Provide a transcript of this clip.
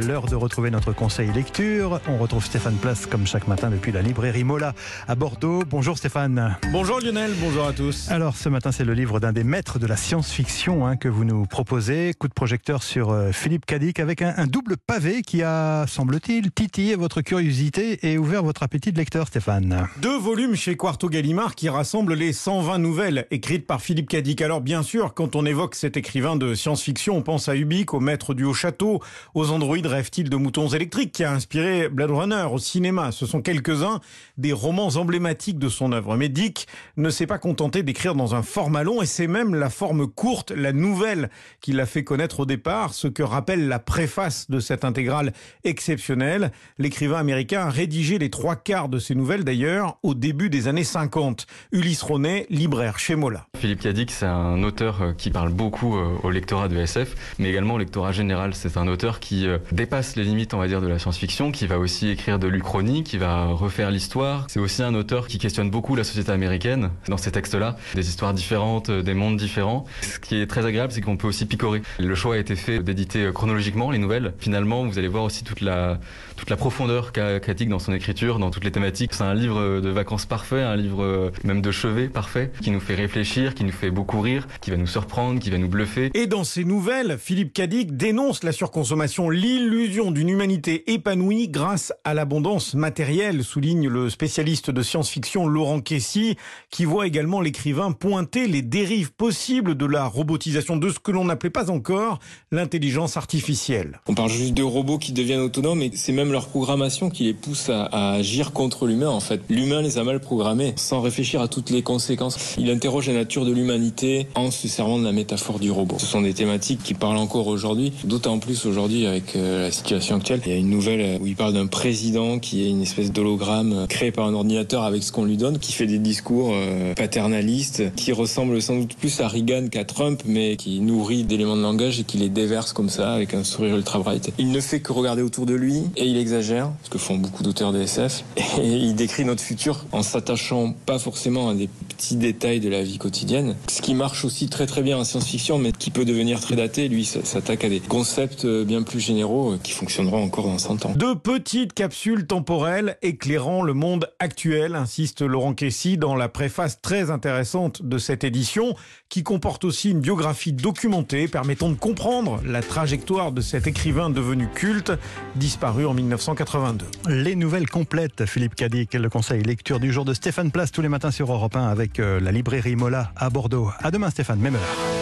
l'heure de retrouver notre conseil lecture. On retrouve Stéphane Place comme chaque matin depuis la librairie Mola à Bordeaux. Bonjour Stéphane. Bonjour Lionel, bonjour à tous. Alors ce matin c'est le livre d'un des maîtres de la science-fiction que vous nous proposez. Coup de projecteur sur Philippe K. Dick avec un double pavé qui a, semble-t-il, titillé votre curiosité et ouvert votre appétit de lecteur Stéphane. 2 volumes chez Quarto Gallimard qui rassemblent les 120 nouvelles écrites par Philippe K. Dick. Alors bien sûr, quand on évoque cet écrivain de science-fiction, on pense à Ubik, au maître du haut château, aux androïdes rêvent-ils de moutons électriques qui a inspiré Blade Runner au cinéma. Ce sont quelques-uns des romans emblématiques de son œuvre. Mais Dick ne s'est pas contenté d'écrire dans un format long et c'est même la forme courte, la nouvelle, qui l'a fait connaître au départ, ce que rappelle la préface de cette intégrale exceptionnelle. L'écrivain américain a rédigé les 3/4 de ces nouvelles d'ailleurs au début des années 50. Ulysse Ronet, libraire chez Mola. Philippe K. Dick, c'est un auteur qui parle beaucoup au lectorat de SF, mais également au lectorat général. C'est un auteur qui dépasse les limites, on va dire, de la science-fiction, qui va aussi écrire de l'Uchronie, qui va refaire l'histoire. C'est aussi un auteur qui questionne beaucoup la société américaine dans ces textes-là, des histoires différentes, des mondes différents. Ce qui est très agréable, c'est qu'on peut aussi picorer. Le choix a été fait d'éditer chronologiquement les nouvelles. Finalement, vous allez voir aussi toute la profondeur qu'a Dick dans son écriture, dans toutes les thématiques. C'est un livre de vacances parfait, un livre même de chevet parfait, qui nous fait réfléchir, qui nous fait beaucoup rire, qui va nous surprendre, qui va nous bluffer. Et dans ces nouvelles, Philippe K. Dick dénonce la surconsommation, l'illusion d'une humanité épanouie grâce à l'abondance matérielle, souligne le spécialiste de science-fiction Laurent Kessy, qui voit également l'écrivain pointer les dérives possibles de la robotisation, de ce que l'on n'appelait pas encore l'intelligence artificielle. On parle juste de robots qui deviennent autonomes et c'est même leur programmation qui les pousse à agir contre l'humain en fait. L'humain les a mal programmés sans réfléchir à toutes les conséquences. Il interroge la nature de l'humanité en se servant de la métaphore du robot. Ce sont des thématiques qui parlent encore aujourd'hui, d'autant plus aujourd'hui avec la situation actuelle. Il y a une nouvelle où il parle d'un président qui est une espèce d'hologramme créé par un ordinateur avec ce qu'on lui donne, qui fait des discours paternalistes, qui ressemble sans doute plus à Reagan qu'à Trump, mais qui nourrit d'éléments de langage et qui les déverse comme ça avec un sourire ultra bright. Il ne fait que regarder autour de lui et il exagère, ce que font beaucoup d'auteurs de SF, et il décrit notre futur en s'attachant pas forcément à des petits détails de la vie quotidienne. Ce qui marche aussi très très bien en science-fiction, mais qui peut devenir très daté, lui s'attaque à des concepts bien plus généraux qui fonctionneront encore dans 100 ans. 2 petites capsules temporelles éclairant le monde actuel, insiste Laurent Kessy dans la préface très intéressante de cette édition, qui comporte aussi une biographie documentée permettant de comprendre la trajectoire de cet écrivain devenu culte, disparu en 1982. Les nouvelles complètes, Philippe K. Dick, le conseil lecture du jour de Stéphane Place tous les matins sur Europe 1 avec la librairie Mola à Bordeaux. À demain Stéphane, même heure.